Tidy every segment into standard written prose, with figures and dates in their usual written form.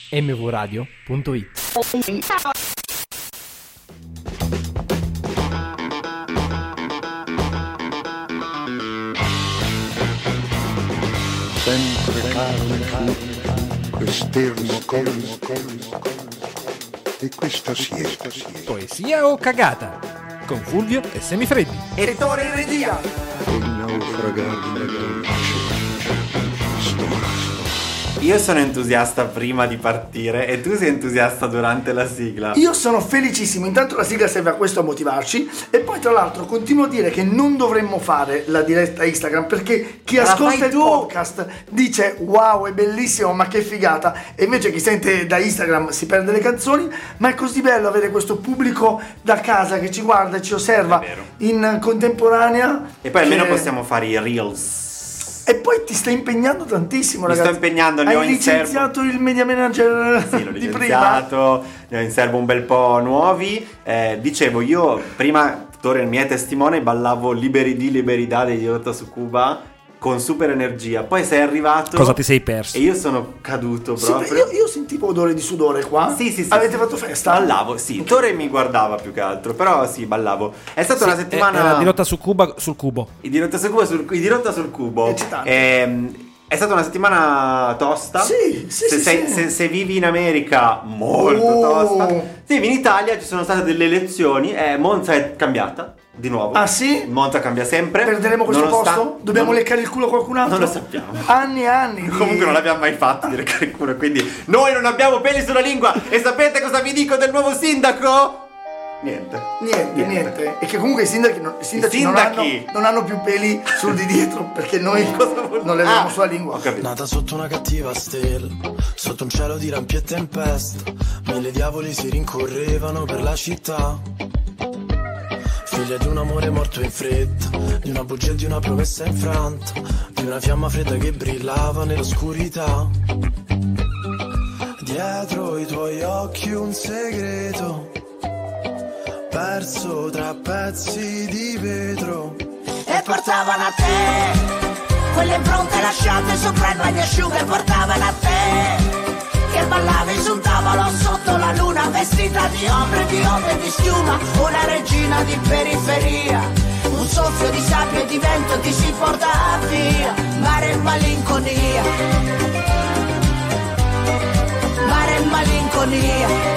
mvradio.it. Sempre calmo, quest'ermo colmo, e questa siesta. Poesia o cagata? Con Fulvio e Semifreddi. E Tore in regia. Il naufragare dolce. Io sono entusiasta prima di partire e tu sei entusiasta durante la sigla. Io sono felicissimo, intanto la sigla serve a questo, a motivarci. E poi tra l'altro continuo a dire che non dovremmo fare la diretta Instagram, perché chi ascolta il podcast dice wow, è bellissimo, ma che figata. E invece chi sente da Instagram si perde le canzoni. Ma è così bello avere questo pubblico da casa che ci guarda e ci osserva in contemporanea. E poi almeno possiamo fare i reels. E poi ti stai impegnando tantissimo, Mi ragazzi. sto impegnando, ne ho Hai in serbo. licenziato il media manager Sì, l'ho di prima. licenziato, ne ho in serbo un bel po' nuovi. Dicevo, io prima, Tore mi è testimone, ballavo Liberi di Liberità dei Dirota su Cuba con super energia. Poi sei arrivato. Cosa ti sei perso? E io sono caduto Sì, proprio. io sentivo odore di sudore qua. Sì. Avete fatto festa? Ballavo, sì. Tore mi guardava più che altro, però sì, ballavo. È stata una settimana. Era dirotta su Cuba, sul cubo. I dirotta sul cubo, i dirotta sul cubo. Eccitante. È stata una settimana tosta. Sì. Se vivi in America, molto tosta. Se vivi in Italia, ci sono state delle elezioni. Monza è cambiata di nuovo. Ah sì? Monza cambia sempre. Perderemo questo posto? Dobbiamo leccare il culo a qualcun altro? Non lo sappiamo. Anni e anni. Comunque non l'abbiamo mai fatto di leccare il culo, quindi noi non abbiamo peli sulla lingua. E sapete cosa vi dico del nuovo sindaco? Niente. E che comunque i sindaci non hanno più peli sul di dietro, perché noi non le abbiamo sulla lingua. Ho capito. Nata sotto una cattiva stella, sotto un cielo di lampi e tempesta, 1000 diavoli si rincorrevano per la città. Figlia di un amore morto in fretta, di una bugia e di una promessa infranta, di una fiamma fredda che brillava nell'oscurità. Dietro i tuoi occhi un segreto, perso tra pezzi di vetro, e portavano a te quelle impronte lasciate sopra il bagnasciuga, e portavano a te che ballavi su un tavolo sotto la luna, vestita di ombre e di schiuma, una regina di periferia, un soffio di sabbia e di vento ti si porta via, mare e malinconia, mare e malinconia.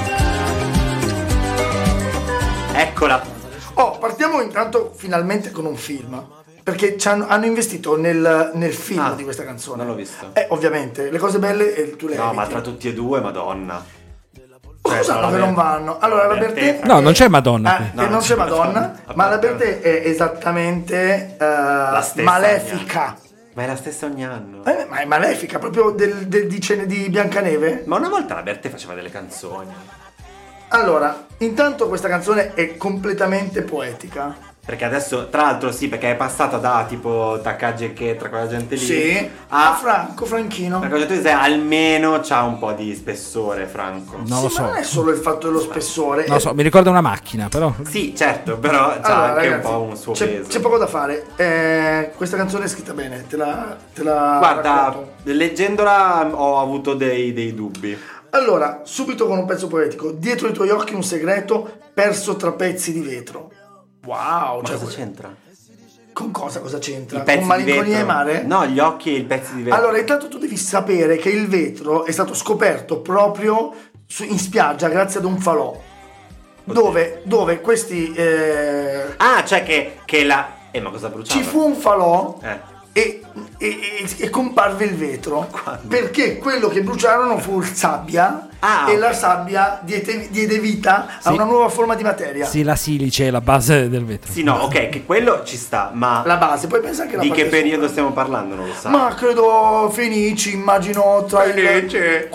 Eccola. Partiamo intanto finalmente con un film, perché hanno investito nel film di questa canzone. Non l'ho visto. Ovviamente, le cose belle tu le No, eviti. ma tra tutti e due, madonna. Cosa hanno che non vanno? Allora, la Bertè... No, non c'è Madonna. non c'è Madonna, ma la Bertè è esattamente stessa malefica. Ma è la stessa ogni anno. Ma è malefica, proprio di Biancaneve? Ma una volta la Bertè faceva delle canzoni. Allora, intanto questa canzone è completamente poetica. Perché adesso, tra l'altro, sì, perché è passata da tipo Taccaggi e che tra quella gente lì. Sì, a Franchino. Perché ho detto almeno c'ha un po' di spessore, Franco. Non lo so. Ma non è solo il fatto dello spessore. Non lo so, mi ricorda una macchina, però. Sì, certo, però c'ha anche ragazzi, un po' un suo peso. C'è poco da fare. Questa canzone è scritta bene, te la Guarda, racconto. leggendola ho avuto dei dubbi. Allora, subito con un pezzo poetico. Dietro i tuoi occhi un segreto perso tra pezzi di vetro. Wow, Ma cosa c'entra? Con cosa c'entra? I pezzi Con malinconia di e mare? No, gli occhi e i pezzi di vetro. Allora, intanto tu devi sapere che il vetro è stato scoperto proprio in spiaggia grazie ad un falò. Dove questi... cioè che la... ma cosa bruciava? Ci fu un falò Eh. e comparve il vetro. Quando? Perché quello che bruciarono fu sabbia e la sabbia diede vita a una nuova forma di materia. Sì, la silice è la base del vetro. Sì, no, ok, che quello ci sta, ma... La base, poi pensa anche la Di parte che periodo sopra. stiamo parlando, non lo so. Ma credo Fenici, immagino tra Fenici. il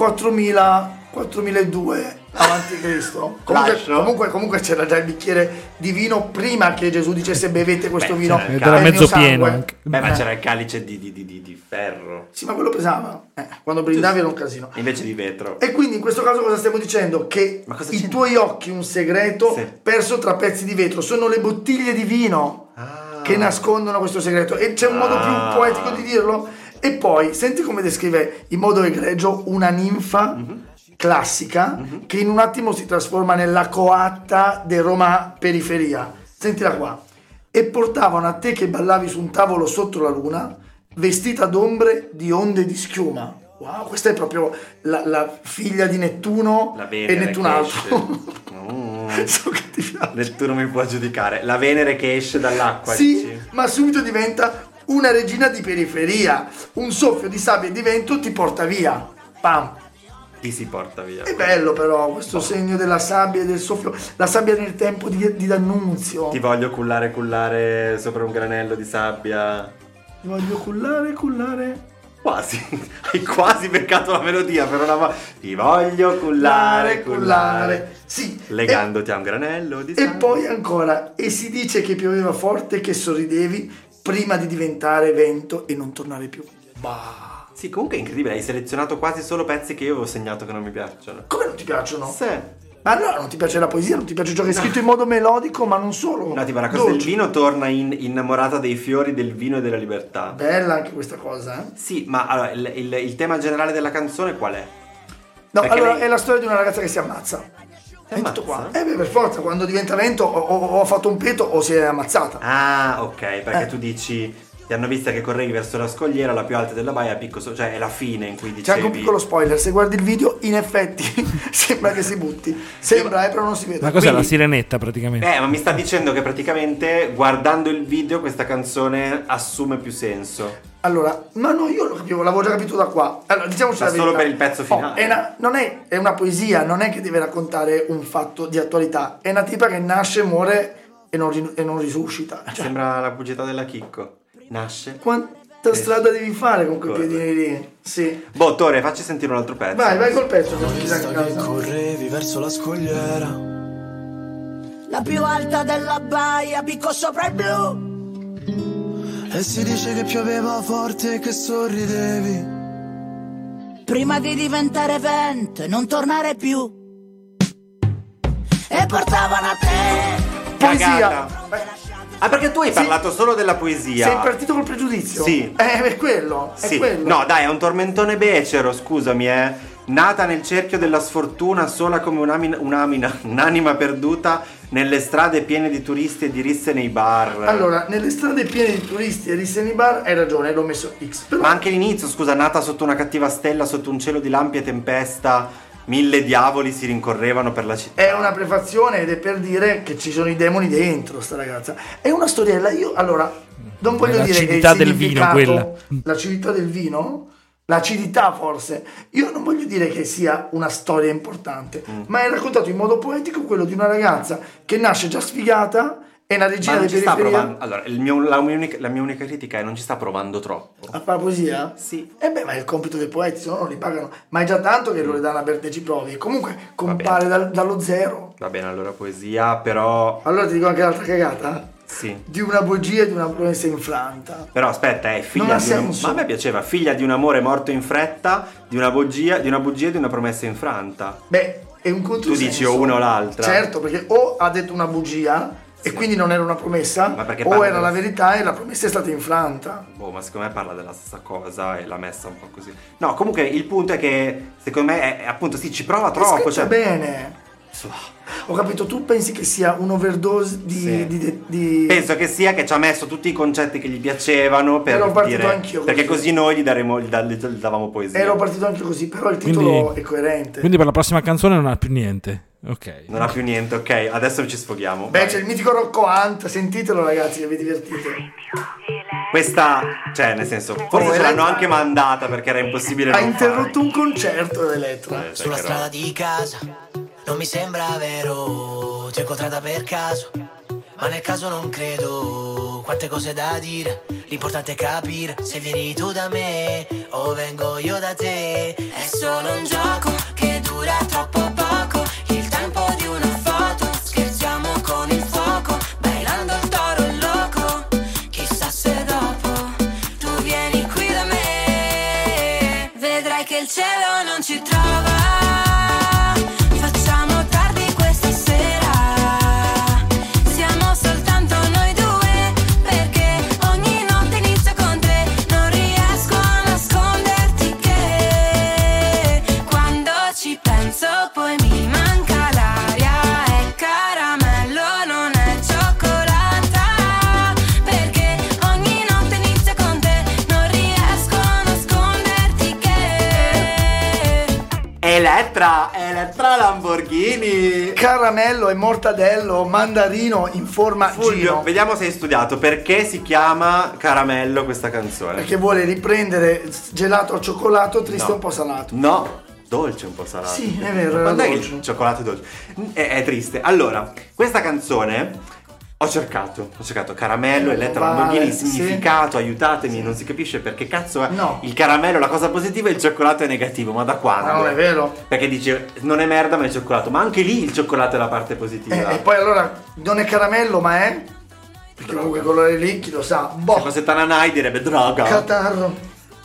4002 avanti Cristo. Comunque c'era già il bicchiere di vino prima che Gesù dicesse bevete questo vino. Era mezzo pieno anche. Ma c'era il calice di ferro. Sì, ma quello pesava. Quando brindavi era un casino. Invece di vetro. E quindi in questo caso cosa stiamo dicendo? Che i tuoi occhi un segreto perso tra pezzi di vetro. Sono le bottiglie di vino che nascondono questo segreto. E c'è un modo più poetico di dirlo? E poi senti come descrive in modo egregio una ninfa classica che in un attimo si trasforma nella coatta di Roma periferia. Sentila qua. E portavano a te che ballavi su un tavolo sotto la luna, vestita d'ombre di onde di schiuma. Wow, questa è proprio la figlia di Nettuno La e Venere Nettunaltro. che So che ti piace. Nettuno mi può giudicare. La Venere che esce dall'acqua. Sì, dici? ma subito diventa una regina di periferia. Un soffio di sabbia e di vento ti porta via. Pam. Chi si porta via? È bello però questo segno della sabbia e del soffio. La sabbia nel tempo di D'Annunzio. Ti voglio cullare sopra un granello di sabbia. Ti voglio cullare. Quasi. Hai quasi beccato la melodia per una volta. Ti voglio cullare. Sì. Legandoti a un granello di E sabbia. poi ancora. E si dice che pioveva forte e che sorridevi prima di diventare vento e non tornare più. Bah. Sì, comunque è incredibile. Hai selezionato quasi solo pezzi che io avevo segnato che non mi piacciono. Come non ti piacciono? Sì. Ma allora non ti piace la poesia, non ti piace ciò che è scritto in modo melodico, ma non solo. No, tipo la cosa del vino torna innamorata dei fiori, del vino e della libertà. Bella anche questa cosa, eh? Sì, ma allora il tema generale della canzone qual è? No, Perché allora lei- è la storia di una ragazza che si ammazza. È ammazza? tutto qua. Beh, per forza, quando diventa vento o ha fatto un peto o si è ammazzata. Ah, ok, perché tu dici ti hanno vista che correvi verso la scogliera, la più alta della baia, cioè è la fine in cui C'è dicevi. anche un piccolo spoiler, se guardi il video in effetti sembra che si butti. Sembra, però non si vede. Ma cos'è Quindi- la sirenetta praticamente? Ma mi sta dicendo che praticamente guardando il video questa canzone assume più senso. Allora, ma no, io lo capivo, l'avevo già capito da qua. Allora, diciamoci Ma la solo verità. per il pezzo finale. È una poesia, non è che deve raccontare un fatto di attualità. È una tipa che nasce, muore e non risuscita. Cioè, Sembra la pubblicità della Chicco. Nasce. quanta strada devi fare con quei Corre. piedini lì? Sì. Boh, Tore, facci sentire un altro pezzo. Vai col pezzo. Ho visto che correvi verso la scogliera. La più alta della baia, picco sopra il blu. E si dice che pioveva forte e che sorridevi. Prima di diventare vento e non tornare più. E portavano a te. Poesia. Ah, perché tu hai parlato solo della poesia. Sei partito col pregiudizio? Sì. È quello. È Sì. quello. No, dai, è un tormentone becero, scusami, Nata nel cerchio della sfortuna, sola come un'anima perduta nelle strade piene di turisti e di risse nei bar. Allora, nelle strade piene di turisti e risse nei bar, hai ragione, l'ho messo X. Però Ma anche l'inizio, scusa, nata sotto una cattiva stella, sotto un cielo di lampi e tempesta, 1000 diavoli si rincorrevano per la città. è una prefazione ed è per dire che ci sono i demoni dentro, sta ragazza. È una storiella, io allora non voglio La dire che acidità il del vino, significato- quella. L'acidità del vino? L'acidità forse. Io non voglio dire che sia una storia importante, ma è raccontato in modo poetico quello di una ragazza che nasce già sfigata, è una Ma regina non di ci sta periferia. provando. Allora, la mia unica critica è non ci sta provando troppo. A fare la poesia? Sì. E beh, ma è il compito dei poeti, se no non li pagano. Ma è già tanto che Loredana Berteci provi. E comunque compare dallo zero. Va bene, allora poesia, però Allora ti dico anche l'altra cagata. sì. Di una bugia e di una promessa infranta. Però aspetta, è figlia Non ha di senso. ma a me piaceva, figlia di un amore morto in fretta, di una bugia e di una promessa infranta. Beh, è un controsenso. Tu dici o una o l'altra. Certo, perché o ha detto una bugia e quindi non era una promessa, Ma perché o parla era della- la verità e la promessa è stata infranta. Boh, ma secondo me parla della stessa cosa e l'ha messa un po' così. No, comunque il punto è che secondo me è appunto sì, ci prova È troppo, scritto cioè bene. Ho capito, tu pensi che sia un overdose Sì. di... penso che sia che ci ha messo tutti i concetti che gli piacevano per Ero partito dire anch'io perché così. così noi gli davamo poesia. Ero partito anche così, però il titolo Quindi- è coerente. Quindi per la prossima canzone non ha più niente. Ok. Non ha più niente, ok, adesso ci sfoghiamo. Beh, Vai. c'è il mitico Rocco Hunt, sentitelo ragazzi, che vi divertite. Questa, cioè nel senso, forse ce l'hanno Elettra. anche mandata perché era impossibile Ha non interrotto un concerto Elettra. fare. Sulla strada di casa, non mi sembra vero, ti ho incontrata per caso, ma nel caso non credo, quante cose da dire, l'importante è capire se vieni tu da me o vengo io da te, è solo un gioco che dura troppo poco, il tempo di una foto, scherziamo con il fuoco, bailando il toro loco, chissà se dopo tu vieni qui da me, vedrai che il cielo non ci trova. Facciamo tardi questa sera, siamo soltanto noi due, perché ogni notte inizia con te, non riesco a Elettra Lamborghini. Caramello e mortadello, mandarino in forma Fulvio, Gino. vediamo se hai studiato perché si chiama Caramello questa canzone. Perché vuole riprendere gelato al cioccolato, triste No. un po' salato. No, dolce un po' salato. Sì, è vero, Ma era quando è che dolce. il cioccolato è dolce? È triste. Allora, questa canzone ho cercato Caramello, Elettra Vale, Lamborghini, sì. significato, aiutatemi, non si capisce perché cazzo è. No. Il caramello, la cosa positiva e il cioccolato è negativo, ma da quando? Ma non è vero. Perché dice non è merda ma è cioccolato, ma anche lì il cioccolato è la parte positiva. E poi allora non è caramello, ma è? Perché comunque quello lì, chi lo sa. Se Boh, fosse Tananai direbbe droga. catarro.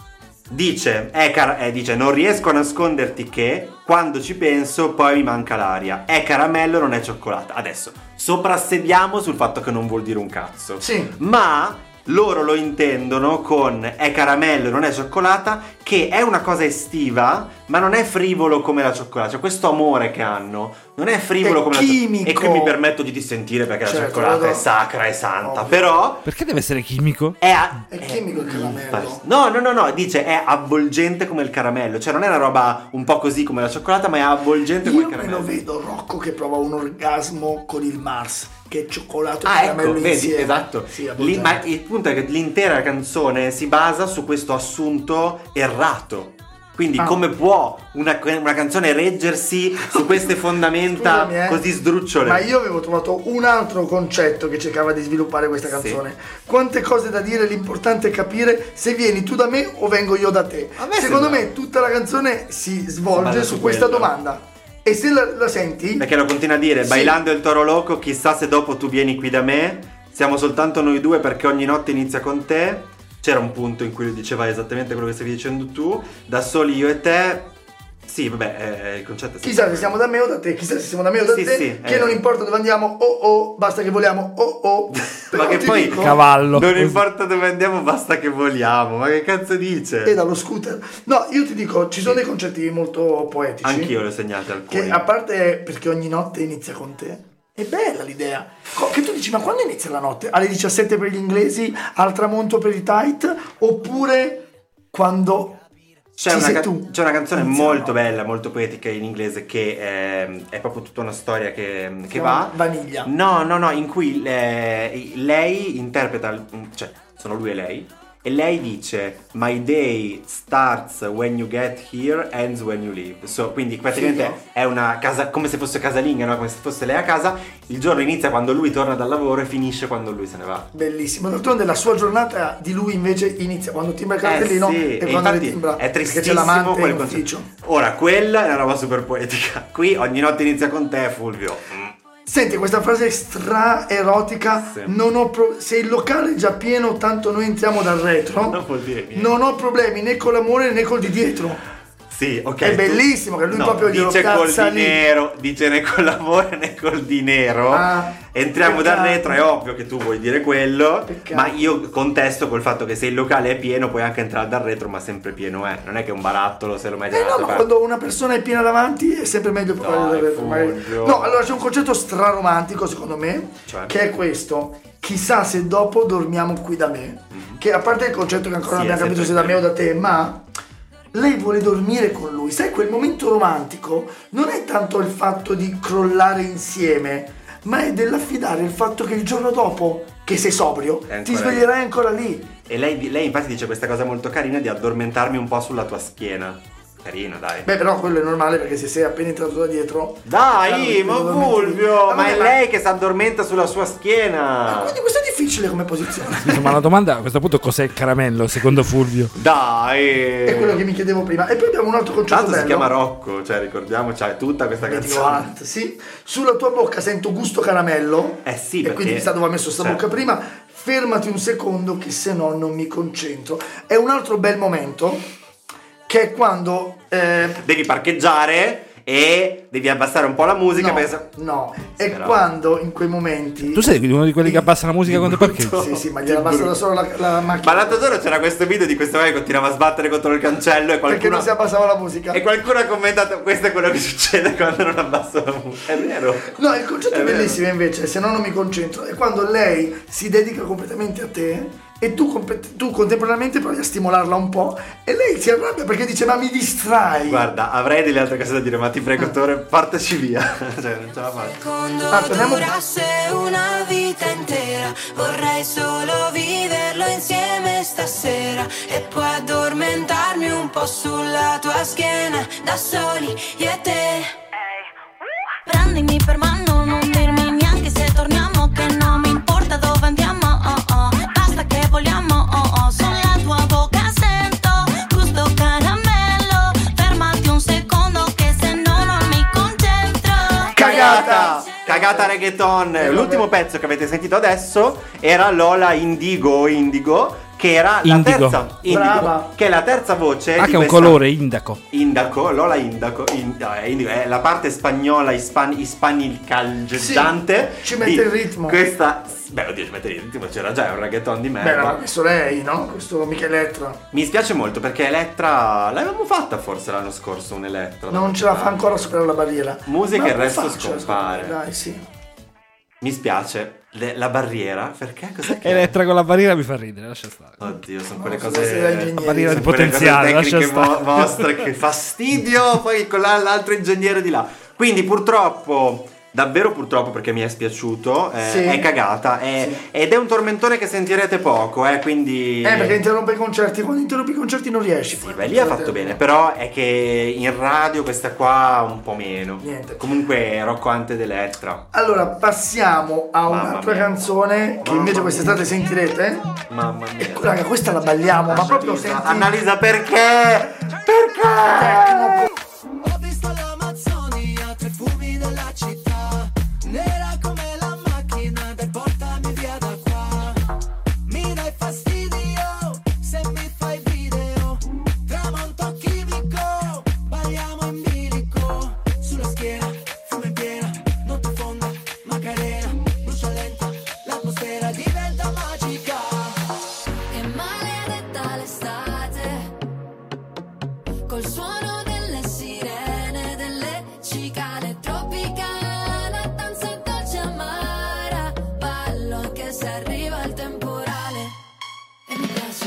Dice, dice, non riesco a nasconderti che quando ci penso poi mi manca l'aria. È caramello, non è cioccolato. Adesso, soprassediamo sul fatto che non vuol dire un cazzo. Sì. Ma loro lo intendono con è caramello, non è cioccolata, che è una cosa estiva, ma non è frivolo come la cioccolata. Cioè questo amore che hanno non è frivolo È come chimico. la cioccolata. E qui mi permetto di dissentire perché Certo, la cioccolata vado- è sacra e santa. Ovvio. Però Perché deve essere chimico? È chimico il caramello. No, dice è avvolgente come il caramello. Cioè non è una roba un po' così come la cioccolata, ma è avvolgente come Io il me caramello. lo vedo Rocco che prova un orgasmo con il Mars, che è cioccolato e Ah, caramello ecco, vedi, insieme. esatto. Sì, Ma il punto è che l'intera canzone si basa su questo assunto errato. Quindi come può una canzone reggersi su queste fondamenta Scusami, così sdrucciole? Ma io avevo trovato un altro concetto che cercava di sviluppare questa canzone. Quante cose da dire, l'importante è capire se vieni tu da me o vengo io da te. A me Secondo sembra- me tutta la canzone si svolge basa su su questa quello. domanda. E se la senti? Perché lo continua a dire, Sì. bailando il toro loco, chissà se dopo tu vieni qui da me, siamo soltanto noi due perché ogni notte inizia con te. C'era un punto in cui lui diceva esattamente quello che stavi dicendo tu, da soli io e te. Sì, vabbè, il concetto è Chissà se siamo da me o da te, chissà se siamo da me o da Sì, te, sì, che non importa dove andiamo, basta che voliamo, Ma Però che ti poi dico, Cavallo. non importa dove andiamo, basta che voliamo. Ma che cazzo dice? e dallo scooter. No, io ti dico, ci sono dei concetti molto poetici. Anch'io le ho segnate alcuni. Che a parte perché ogni notte inizia con te. È bella l'idea. Che tu dici, ma quando inizia la notte? Alle 17 per gli inglesi, al tramonto per i tight? Oppure quando C'è ci una, sei tu? c'è una canzone Inizia molto la notte. bella, molto poetica in inglese che è proprio tutta una storia che chiama va. Vaniglia. No, in cui lei interpreta, cioè sono lui e lei. E lei dice My day starts when you get here, ends when you leave. Quindi praticamente Figo. è una casa, come se fosse casalinga, no? Come se fosse lei a casa. Il giorno inizia quando lui torna dal lavoro e finisce quando lui se ne va. Bellissimo. D'altronde la sua giornata di lui invece inizia quando timbra il cartellino sì, e quando le infatti timbra. è perché c'è tristissimo l'amante quel in concetto. ufficio. Ora, quella è una roba super poetica. Qui ogni notte inizia con te, Fulvio. Senti, questa frase stra erotica. Sì. Se il locale è già pieno, tanto noi entriamo dal retro. Non vuol dire niente. Non ho problemi né con l'amore né col di dietro. Sì, ok. È bellissimo che lui proprio glielo dice col piazza lì. dinero, dice né con l'amore né col dinero. Entriamo peccato. dal retro, è ovvio che tu vuoi dire quello. Peccato. Ma io contesto col fatto che se il locale è pieno puoi anche entrare dal retro, ma sempre pieno è. Non è che un barattolo se lo metti No, ma quando una persona è piena davanti è sempre meglio provare Dai, dal retro. magari. Fulvio. No, allora c'è un concetto straromantico secondo me, Cioè? che è questo. Chissà se dopo dormiamo qui da me. Che a parte il concetto che ancora Sì, non abbiamo è capito se sempre da me o da te, ma lei vuole dormire con lui. Sai, quel momento romantico non è tanto il fatto di crollare insieme, ma è dell'affidare il fatto che il giorno dopo, che sei sobrio, È ti ancora sveglierai ancora lì. E lei infatti dice questa cosa molto carina di addormentarmi un po' sulla tua schiena. Carino, dai. Beh, però quello è normale perché se sei appena entrato da dietro. Dai, ma Allora, Fulvio, vabbè, ma è lei che si addormenta sulla sua schiena. Quindi questo è difficile come posizione. Scusa, ma la domanda a questo punto cos'è il caramello secondo Fulvio? Dai. È quello che mi chiedevo prima. E poi abbiamo un altro concetto Tanto bello. si chiama Rocco, cioè ricordiamoci, è tutta questa Vedi, canzone. guarda, sì. Sulla tua bocca sento gusto caramello. Sì, E perché quindi chissà dove ha messo sta cioè, bocca prima. Fermati un secondo che se no non mi concentro. È un altro bel momento che è quando devi parcheggiare e devi abbassare un po' la musica. no, è Però- quando in quei momenti. Tu sei uno di quelli che abbassa la musica quando parcheggi? Sì, ma gliela basta da solo la macchina. Ma l'altro giorno c'era questo video di questo guy che continuava a sbattere contro il cancello e Perché qualcuno non si abbassava la musica. e qualcuno ha commentato questo è quello che succede quando non abbasso la musica. È vero. No, il concetto È è vero. bellissimo invece, se no non mi concentro, è quando lei si dedica completamente a te e tu contemporaneamente provi a stimolarla un po' e lei si arrabbia perché dice ma mi distrai. Guarda, avrei delle altre cose da dire, ma ti prego, Tore, portaci via. Cioè, non ce la faccio. Secondo durasse una vita intera, vorrei solo viverlo insieme stasera e poi addormentarmi un po' sulla tua schiena, da soli io e te. Prendimi per mano, non dirmi neanche se torniamo, che non mi importa dove andiamo, basta che vogliamo, sulla tua bocca sento gusto caramello, fermati un secondo che se no non mi concentro. Cagata reggaeton. L'ultimo pezzo che avete sentito adesso era Lola Indigo, che era la Indigo. terza Brava. che è la terza voce Ah, di che è un questa- colore indico. Lola Indigo è la parte spagnola ispanicalgeggiante. Sì, ci mette il ritmo. Questa, beh, oddio, ci mette il ritmo, c'era già, è un reggaeton di Beh, merda. l'ha messo lei, no? Questo mica Elettra. Mi spiace molto perché Elettra l'avevamo fatta forse l'anno scorso, un Elettra. Non ce la fa ancora a superare la barriera. Musica Ma e il resto faccia, scompare. Dai, sì. Mi spiace, la barriera, perché? Cos'è che è? Elettra con la barriera mi fa ridere, lascia stare. Oddio, sono quelle se sei cose. ingegnere. Barriera di Sono quelle potenziale, cose tecniche lascia stare. vostre, che fastidio. Poi con l'altro ingegnere di là. Quindi purtroppo, davvero purtroppo, perché mi è spiaciuto, Sì. è cagata. Ed è un tormentone che sentirete poco, quindi. Perché interrompe i concerti. Quando interrompi i concerti non riesci. Sì, beh, lì ha fatto bene, però è che in radio questa qua un po' meno. Niente. Comunque Roccante d'Elettra. Allora, passiamo a Mamma un'altra mia. canzone che invece quest'estate sentirete. Mamma mia. Raga, questa la balliamo, ma proprio senti. Annalisa, perché? Perché? Ho visto l'Amazzonia, 3 fumi della città, nera come la macchina del portami via da qua. Mi dai fastidio se mi fai video, tramonto chimico, balliamo in bilico, sulla schiena, fiume in piena, notte fonda, Macarena, brucia lenta, l'atmosfera diventa magica. Che maledetta l'estate, col suono delle sirene, delle cicale tropicana, danza dolce amara, ballo anche se arriva il temporale e mi piace.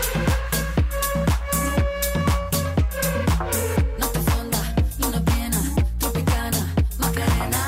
Notte fonda, luna piena, tropicana, Macarena.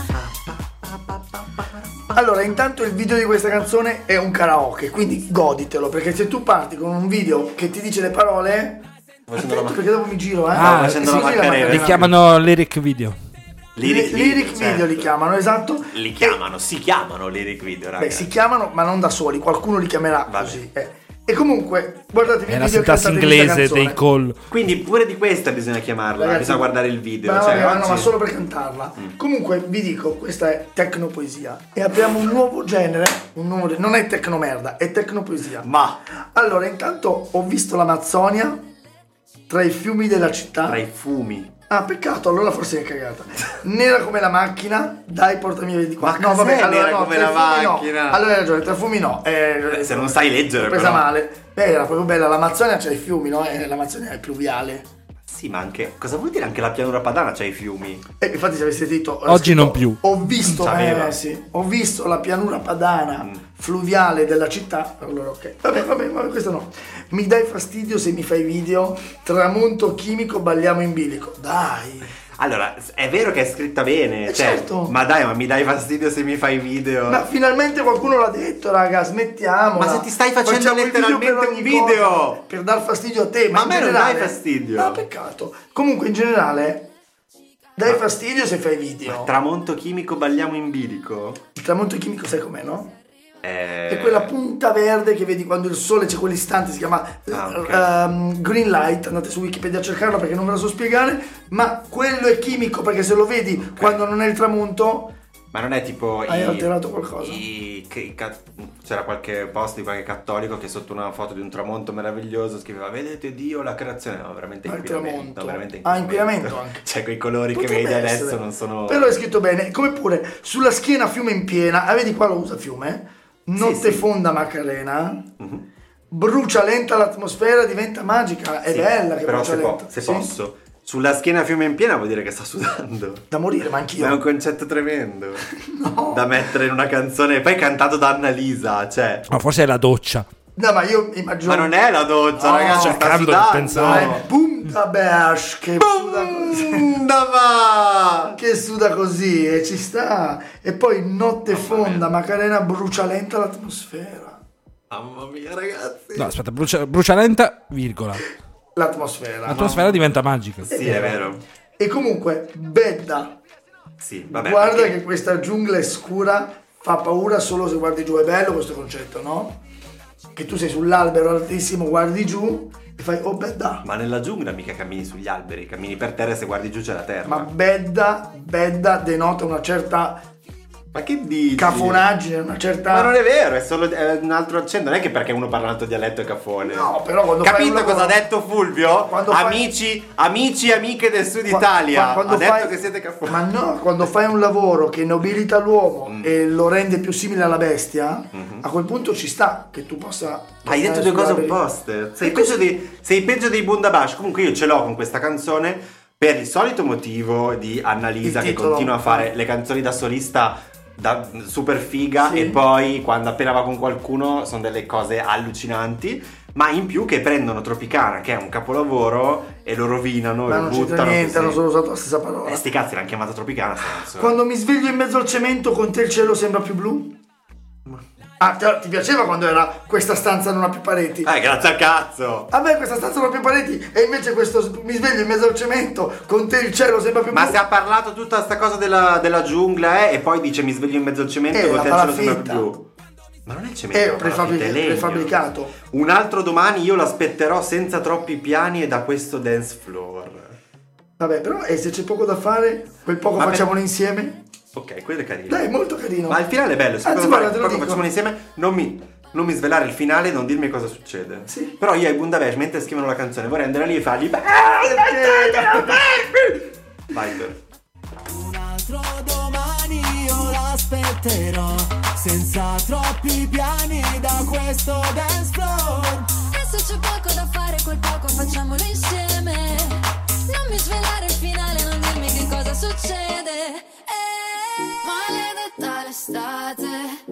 Allora, intanto il video di questa canzone è un karaoke, quindi goditelo, perché se tu parti con un video che ti dice le parole, attento perché dopo mi giro, Ah, facendo Si la gira Macarena. Li chiamano lyric video. Lyric video certo. li chiamano, esatto. Si chiamano lyric video, raga. Beh, si chiamano, ma non da soli, qualcuno li chiamerà Vabbè. così. E comunque, guardatevi È il la video sintassi cantate di questa inglese canzone. dei call. Quindi pure di questa bisogna chiamarla, Ragazzi, bisogna guardare il video. Ma, cioè, vabbè, ma no, oggi- ma solo per cantarla. Comunque vi dico, questa è tecnopoesia e abbiamo un nuovo genere, non è tecnomerda, è tecnopoesia. Ma Allora, intanto ho visto l'Amazzonia tra i fiumi della città. tra i fumi. Ah, peccato, allora forse è cagata. Nera come la macchina, dai, portami via di qua. Ma cos'è nera come tra i la fumi no. macchina? Allora hai ragione, tra i fumi no. Se non sai leggere, l'ho presa però. male. Beh, era proprio bella, l'Amazzonia c'ha i fiumi, no? L'Amazzonia è pluviale. Sì, ma anche. Cosa vuol dire anche la pianura padana? C'ha i fiumi. E infatti se avessi detto Oggi non più. Ho visto, Sapeva. sì, ho visto la pianura padana fluviale della città. Allora ok. Vabbè, questo no. Mi dai fastidio se mi fai video. Tramonto chimico, balliamo in bilico. Dai. Allora, è vero che è scritta bene, cioè, certo. ma dai, ma mi dai fastidio se mi fai video? Ma finalmente qualcuno l'ha detto, raga, smettiamola. Ma se ti stai facendo Facciamo il letteralmente video per un ogni video. cosa, per dar fastidio a te, Ma in a me non generale- dai fastidio. No, peccato. Comunque in generale dai fastidio se fai video. Tramonto chimico, balliamo in bilico? Il tramonto chimico sai com'è, no? È È quella punta verde che vedi quando il sole c'è quell'istante, si chiama green light, andate su Wikipedia a cercarlo perché non ve la so spiegare, ma quello è chimico perché se lo vedi quando non è il tramonto Ma non è tipo hai alterato qualcosa. c'era qualche post di qualche cattolico che sotto una foto di un tramonto meraviglioso scriveva vedete Dio la creazione, no, veramente Ah, il inquinamento, tramonto. no, veramente Ah, inquinamento anche. Cioè quei colori che Potrebbe vedi essere. adesso non sono. Però è scritto bene, come pure sulla schiena fiume in piena, vedi qua lo usa fiume, notte sì. fonda Macarena, brucia lenta l'atmosfera, diventa magica, è Sì, bella che però brucia se, lenta. se Sì. posso sulla schiena fiume in piena vuol dire che sta sudando. Da morire, ma anch'io. Ma è un concetto tremendo da mettere in una canzone, poi cantato da Annalisa, cioè No, forse è la doccia. No, ma io immagino. Ma non è la doccia, No, ragazzi, sta cercando di sudando. pensare. Bundabash che suda così. Bundava! Che suda così e ci sta. E poi notte fonda, Macarena brucia lenta l'atmosfera. Mamma mia, ragazzi. No, aspetta, brucia lenta, virgola. L'atmosfera. L'atmosfera diventa magica. Sì, è vero. E comunque, Bedda. Sì, vabbè. Guarda perché- che questa giungla è scura, fa paura solo se guardi giù. È bello questo concetto, no? Che tu sei sull'albero altissimo, guardi giù e fai oh Bedda. Ma nella giungla mica cammini sugli alberi, cammini per terra e se guardi giù c'è la terra. Ma Bedda denota una certa Ma che dici? cafonaggine, una certa. Ma non è vero, è un altro accento. Non è che perché uno parla un altro dialetto è cafone. No, però quando fai un Capito lavoro- cosa ha detto Fulvio? Quando fai- Amici e amiche del sud Italia. Quando Ha detto fai- che siete cafoni. Ma no, quando fai un lavoro che nobilita l'uomo e lo rende più simile alla bestia, a quel punto ci sta che tu possa. Hai detto due cose sugli alberi. opposte. Sei peggio dei Bundabash. Comunque io ce l'ho con questa canzone per il solito motivo di Annalisa Il che titolo. continua a fare le canzoni da solista da super figa Sì. e poi quando appena va con qualcuno sono delle cose allucinanti, ma in più che prendono Tropicana che è un capolavoro e lo rovinano Ma e lo non c'entra buttano niente, così. hanno solo usato la stessa parola. Sti cazzi l'hanno chiamata Tropicana sta canzone. Quando mi sveglio in mezzo al cemento, con te il cielo sembra più blu? Ah, ti piaceva quando era questa stanza non ha più pareti? Grazie al cazzo. A me questa stanza non ha più pareti e invece questo mi sveglio in mezzo al cemento, con te il cielo sembra più Ma blu. se ha parlato tutta sta cosa della giungla e poi dice mi sveglio in mezzo al cemento e la con te il cielo sembra palafitta. più blu. Ma non è il cemento, È la palafitta, è legno. prefabbricato. Un altro domani io l'aspetterò senza troppi piani e da questo dance floor. Vabbè, però se c'è poco da fare, quel poco Vabbè. facciamolo insieme. Ok, quello è carino. Dai, molto carino. Ma il finale è bello, se Anzi, cosa guarda, fare, te lo poco dico. facciamo insieme, non mi svelare il finale, non dirmi cosa succede. Sì. Però io e Bundabash mentre scrivono la canzone vorrei andare lì e fargli vai Tor. Un altro domani io l'aspetterò, senza troppi piani da questo dance floor. E se c'è poco da fare, quel poco facciamolo insieme. Non mi svelare il finale, non dirmi che cosa succede. Maledetta l'estate,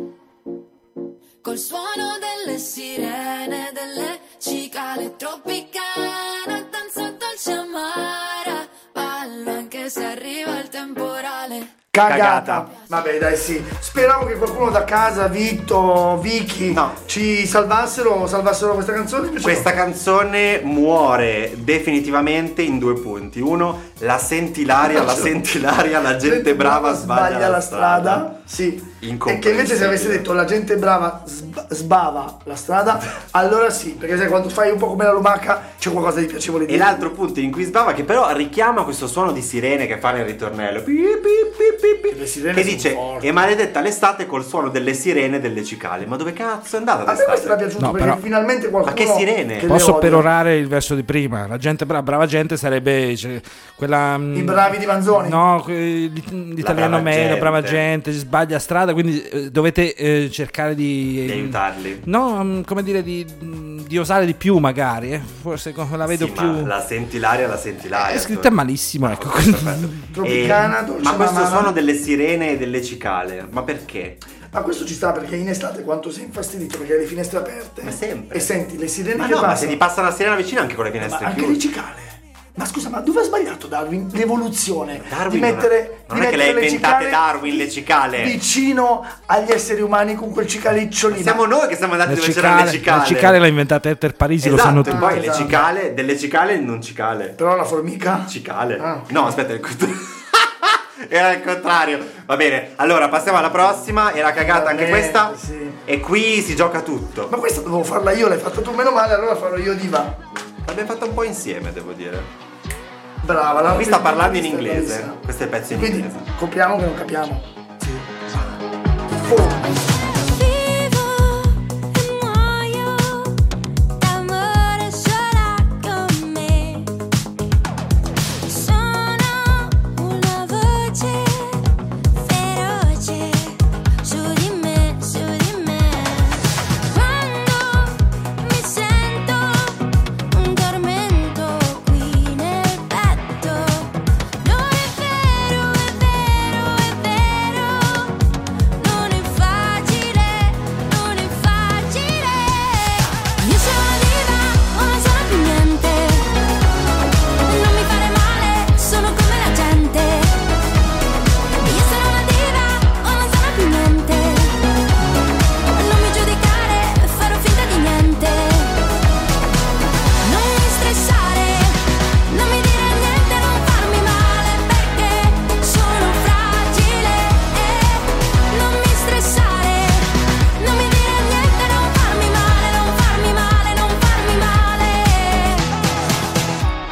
col suono delle sirene, delle cicale tropicane, danza dolce e amara, ballo anche se arriva il temporale. Cagata. Vabbè, dai, sì. Speravo che qualcuno da casa, Vitto, Vicky, No. ci salvassero questa canzone. invece Questa no. canzone muore definitivamente in 2 punti. Uno, la senti l'aria, la gente brava sbaglia la strada. Sì. E che Incomprensibile. invece se avessi detto la gente brava sbava la strada, allora sì, perché sai quando fai un po' come la lumaca c'è qualcosa di piacevole E dietro. l'altro punto in cui sbava, che però richiama questo suono di sirene che fa nel ritornello, pi, pi, pi, pi, pi, Le sirene che sono dice forti. e maledetta l'estate col suono delle sirene delle cicale. Ma dove cazzo è andata A me questo mi è l'estate? piaciuto No, perché però- finalmente qualcuno Ma che sirene? che le Posso odia. perorare il verso di prima. La gente brava gente sarebbe quella. I bravi di Manzoni. No, l'italiano brava medio, gente. brava gente, sbaglia strada, quindi dovete cercare Di aiutarli. No, come dire, di osare di più magari. Forse la vedo Sì, più. ma la senti l'aria. È scritta malissimo, ecco. Tropicana, dolce ma questo amara. suono delle sirene e delle cicale, ma perché? Ma questo ci sta perché in estate quanto sei infastidito perché hai le finestre aperte. Ma sempre. E senti le sirene Ma che no, ma se passano. ti passa una sirena vicina anche con le Ma finestre anche le chiuse. cicale. Ma scusa, ma dove ha sbagliato Darwin l'evoluzione? Darwin di mettere non è che le ha inventate Darwin le cicale. vicino agli esseri umani con quel cicaliccio lì. Siamo noi che siamo andati Le dove c'erano le cicale, cicale. la cicale l'ha inventata Peter Parisi, lo Esatto, sanno e tutti. poi le Esatto. cicale, delle cicale non cicale. Però la formica? Cicale. Ah, ok. No, aspetta, è il contrario. Era il contrario. Va bene, allora passiamo alla prossima. Era cagata anche Veramente, questa. sì. E qui si gioca tutto. Ma questa dovevo farla io, l'hai fatta tu meno male, allora farò io diva. L'abbiamo fatta un po' insieme, devo dire. Brava, la Qui sta parlando in questa è inglese. bellissima. Questo è il pezzo in Quindi inglese. copriamo che non capiamo. Oh. Vivo e muoio d'amore sola con me. Sono una voce feroce su di me, su di me. Quando mi sento un tormento qui nel petto, non è vero, è vero, è vero. Non è facile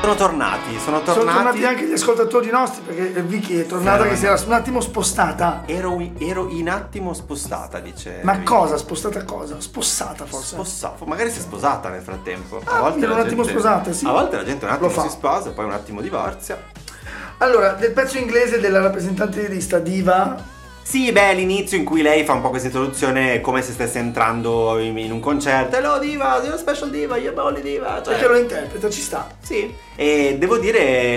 Sono tornati. Sono tornati anche gli ascoltatori nostri, perché Vicky è tornata che si era un attimo spostata. Ero in attimo spostata, dice. Ma Vicky. cosa? Spostata cosa? Spossata forse. Magari si è sposata nel frattempo. Ero un attimo sposata, sì. A volte la gente un attimo Lo fa. si sposa, poi un attimo divorzia. Allora, del pezzo inglese della rappresentante di lista Diva. Sì, beh, l'inizio in cui lei fa un po' questa introduzione come se stesse entrando in un concerto. Hello diva, you're a special diva, you're only diva. Cioè, Perché lo interpreta, ci sta. sì. E devo dire,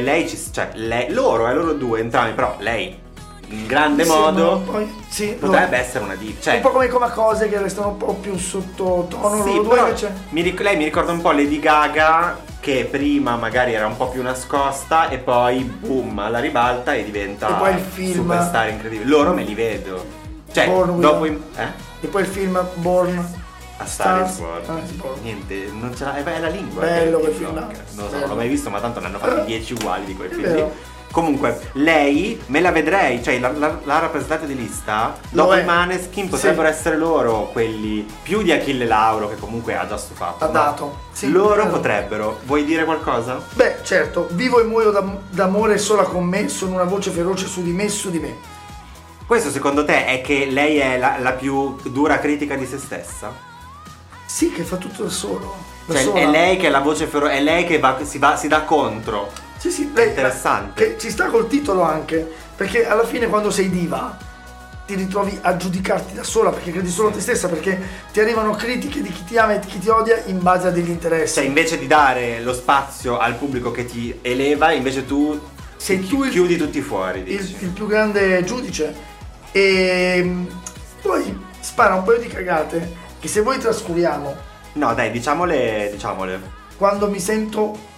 loro due, entrambi, però lei in grande Sì, modo no, poi, sì, potrebbe essere una diva. Cioè, un po' come Cose che restano un po' più sottotono. sì, loro due però invece. lei mi ricorda un po' Lady Gaga, che prima magari era un po' più nascosta e poi boom alla ribalta e diventa E poi il film. superstar incredibile. Loro me li vedo. Cioè, Born dopo With- E poi il film Born a Star is Stars. Born. Born. Niente, non ce l'ha, è la lingua. Bello che quel ti film là. blocca. Non lo so, Bello. non l'ho mai visto, ma tanto ne hanno fatti 10 uguali di quel È film lì. vero. Comunque, lei me la vedrei, cioè la rappresentante di lista, Lo dopo è. i Maneskin potrebbero essere loro quelli, più di Achille Lauro che comunque ha già stufato. Ha ma dato. Sì, loro vero. potrebbero. Vuoi dire qualcosa? Beh, certo, vivo e muoio d'amore sola con me, sono una voce feroce su di me, su di me. Questo secondo te è che lei è la più dura critica di se stessa? Sì, che fa tutto da solo. Da Cioè sola. è lei che è la voce feroce, è lei che si dà contro. Sì, sì, lei, interessante. Che ci sta col titolo anche, perché alla fine quando sei diva ti ritrovi a giudicarti da sola, perché credi solo a te stessa, perché ti arrivano critiche di chi ti ama e di chi ti odia in base a degli interessi. Cioè invece di dare lo spazio al pubblico che ti eleva, invece tu Sei tu chiudi tutti fuori, dici. il più grande giudice. E poi spara un paio di cagate che se voi trascuriamo, No dai, diciamole. quando mi sento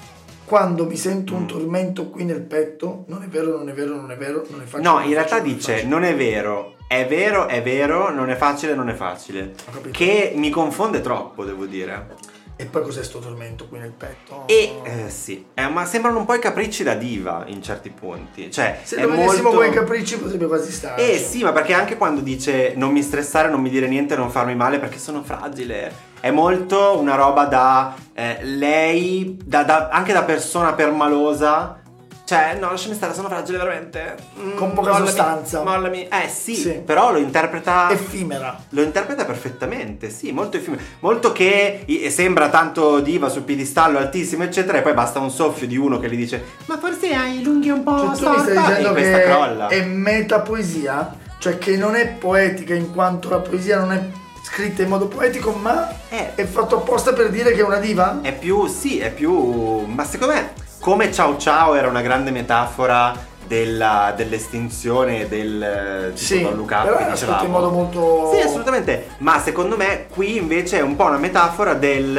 un tormento qui nel petto, non è vero, non è vero, non è vero, non è facile. No, non è in realtà facile, dice facile. non è vero, è vero, non è facile. Ho capito. Che mi confonde troppo, devo dire. E poi cos'è sto tormento qui nel petto? E sì, ma sembrano un po' i capricci da diva in certi punti. Cioè, Se è lo vedessimo molto... quei capricci potrebbe quasi stare. Sì, ma perché anche quando dice non mi stressare, non mi dire niente, non farmi male perché sono fragile. È molto una roba da lei, anche da persona permalosa. Cioè, no, lasciami stare, sono fragile veramente. Con poca sostanza. Mollami. Sì, Sì. però lo interpreta... Effimera. Lo interpreta perfettamente, sì, molto effimero. Molto che sembra tanto diva sul piedistallo altissimo, eccetera, e poi basta un soffio di uno che gli dice ma forse hai i lunghi un po' Cioè, tu mi storta, stai dicendo e questa che crolla. è metapoesia? Cioè che non è poetica in quanto la poesia non è scritta in modo poetico, ma è fatto apposta per dire che è una diva? È più, ma secondo me come Ciao Ciao era una grande metafora dell'estinzione del tipo Sì, Don Luca però che era dicevamo. scritto in modo molto... Sì, assolutamente, ma secondo me qui invece è un po' una metafora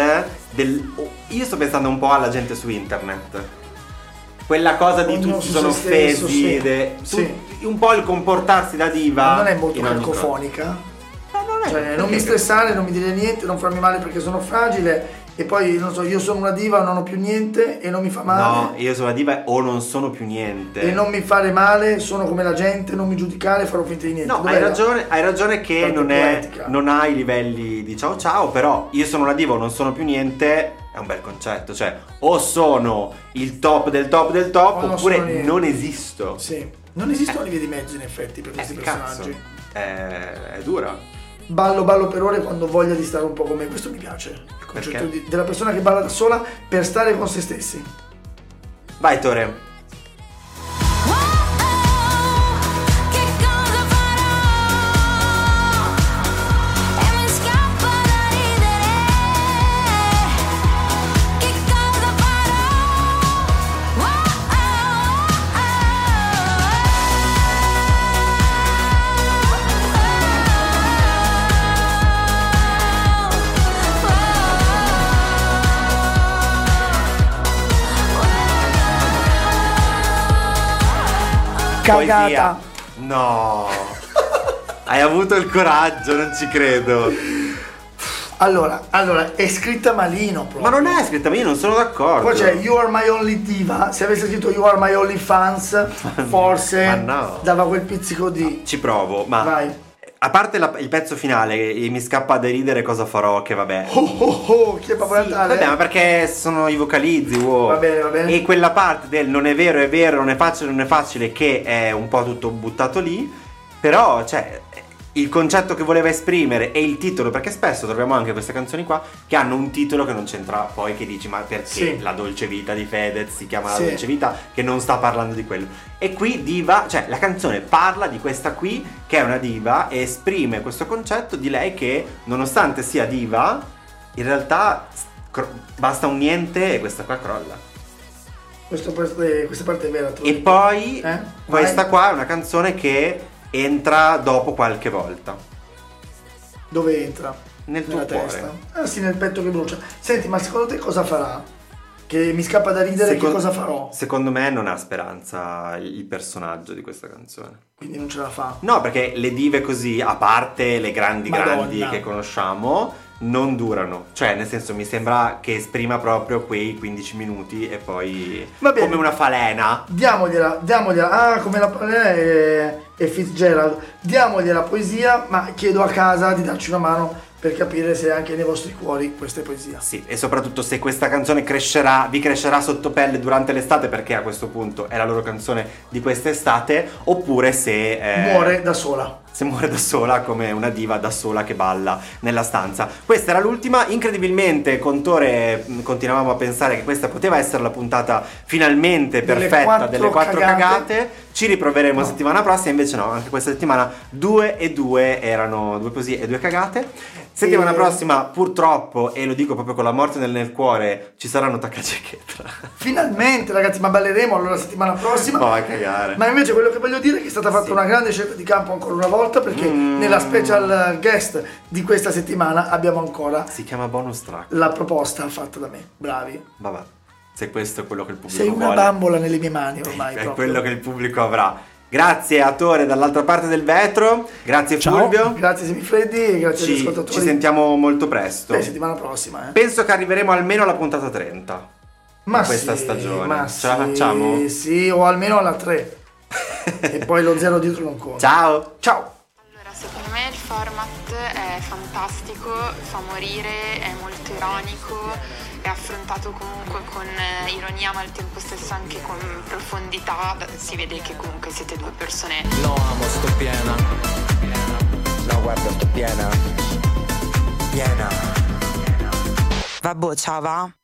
io sto pensando un po' alla gente su internet. Quella cosa di Ognuno tutti su sono se stesso, offesi, sì. un po' il comportarsi da diva. Ma non è molto in ogni cosa. cacofonica? Non è, Cioè, non perché- mi stressare, non mi dire niente, non farmi male perché sono fragile. E poi, non so, io sono una diva, non ho più niente e non mi fa male. No, io sono una diva o non sono più niente. E non mi fare male, sono come la gente, non mi giudicare, farò finta di niente. No, Dov'è hai ragione che parte poetica? non ha i livelli di Ciao Ciao, però io sono una diva o non sono più niente, è un bel concetto, cioè o sono il top del top del top O non oppure sono niente. non esisto. Sì, non esistono vie di mezzo in effetti per questi personaggi. Cazzo, è dura. Ballo per ore quando ho voglia di stare un po' con me, questo mi piace. Il concetto Perché? della persona che balla da sola per stare con se stessi. Vai Tore. Che cosa farò? E mi scappa da ridere. Che cosa Cagata. Poesia. No. Hai avuto il coraggio, non ci credo. Allora, è scritta malino proprio. Ma non è scritta, ma io non sono d'accordo. Poi c'è You Are My Only Diva. Se avesse scritto You Are My Only Fans, forse Ma no. dava quel pizzico di... Ci provo, ma Vai. a parte il pezzo finale, mi scappa da ridere cosa farò, che vabbè. Chi è Babbo Natale? Vabbè, ma perché sono i vocalizzi, wow. Va bene. E quella parte del non è vero, non è facile, che è un po' tutto buttato lì. Però, cioè, il concetto che voleva esprimere e il titolo, perché spesso troviamo anche queste canzoni qua che hanno un titolo che non c'entra poi, che dici ma perché La dolce vita di Fedez si chiama La dolce vita, che non sta parlando di quello. E qui diva, cioè la canzone parla di questa qui che è una diva e esprime questo concetto di lei che nonostante sia diva in realtà basta un niente e questa qua crolla. Questa parte è vera. E poi questa qua è una canzone che entra dopo qualche volta. Dove entra? Nel tuo testa. cuore. Sì, nel petto che brucia. Senti, ma secondo te cosa farà? Che mi scappa da ridere, che cosa farò? Secondo me non ha speranza il personaggio di questa canzone. Quindi non ce la fa? No, perché le dive così, a parte le grandi che conosciamo, non durano. Cioè, nel senso, mi sembra che esprima proprio quei 15 minuti e poi come una falena. Diamogliela. Come la falena e Fitzgerald. Diamogliela poesia, ma chiedo a casa di darci una mano per capire se anche nei vostri cuori questa è poesia. Sì, e soprattutto se questa canzone vi crescerà sotto pelle durante l'estate, perché a questo punto è la loro canzone di quest'estate, oppure se muore da sola. Se muore da sola, come una diva da sola che balla nella stanza. Questa era l'ultima. Incredibilmente con Tore continuavamo a pensare che questa poteva essere la puntata finalmente perfetta delle 4 cagate. Ci riproveremo settimana prossima, invece no, anche questa settimana 2 e 2 erano 2 poesie e 2 cagate. Settimana prossima purtroppo, e lo dico proprio con la morte nel cuore, ci saranno Takashi e Ketra. Finalmente ragazzi, ma balleremo allora la settimana prossima. Vai a cagare. Ma invece quello che voglio dire è che è stata fatta una grande scelta di campo ancora una volta, perché nella special guest di questa settimana abbiamo ancora, si chiama bonus track, la proposta fatta da me. Bravi. Vabbè, se questo è quello che il pubblico vuole. Sei una bambola nelle mie mani ormai. È quello che il pubblico avrà. Grazie a Tore dall'altra parte del vetro, grazie Fulvio. Grazie Semifreddi e grazie agli ascoltatori. Ci sentiamo molto presto. Settimana prossima. Penso che arriveremo almeno alla puntata 30 ma questa stagione. Ma ce la facciamo? Sì, o almeno alla 3. E poi lo 0 dietro non conta. Ciao. Allora, secondo me il format è fantastico, fa morire, è molto ironico, è affrontato comunque con ironia ma al tempo stesso anche con profondità. Si vede che comunque siete due persone. No amo, sto piena. No guarda, sto piena. Vabbè, ciao va.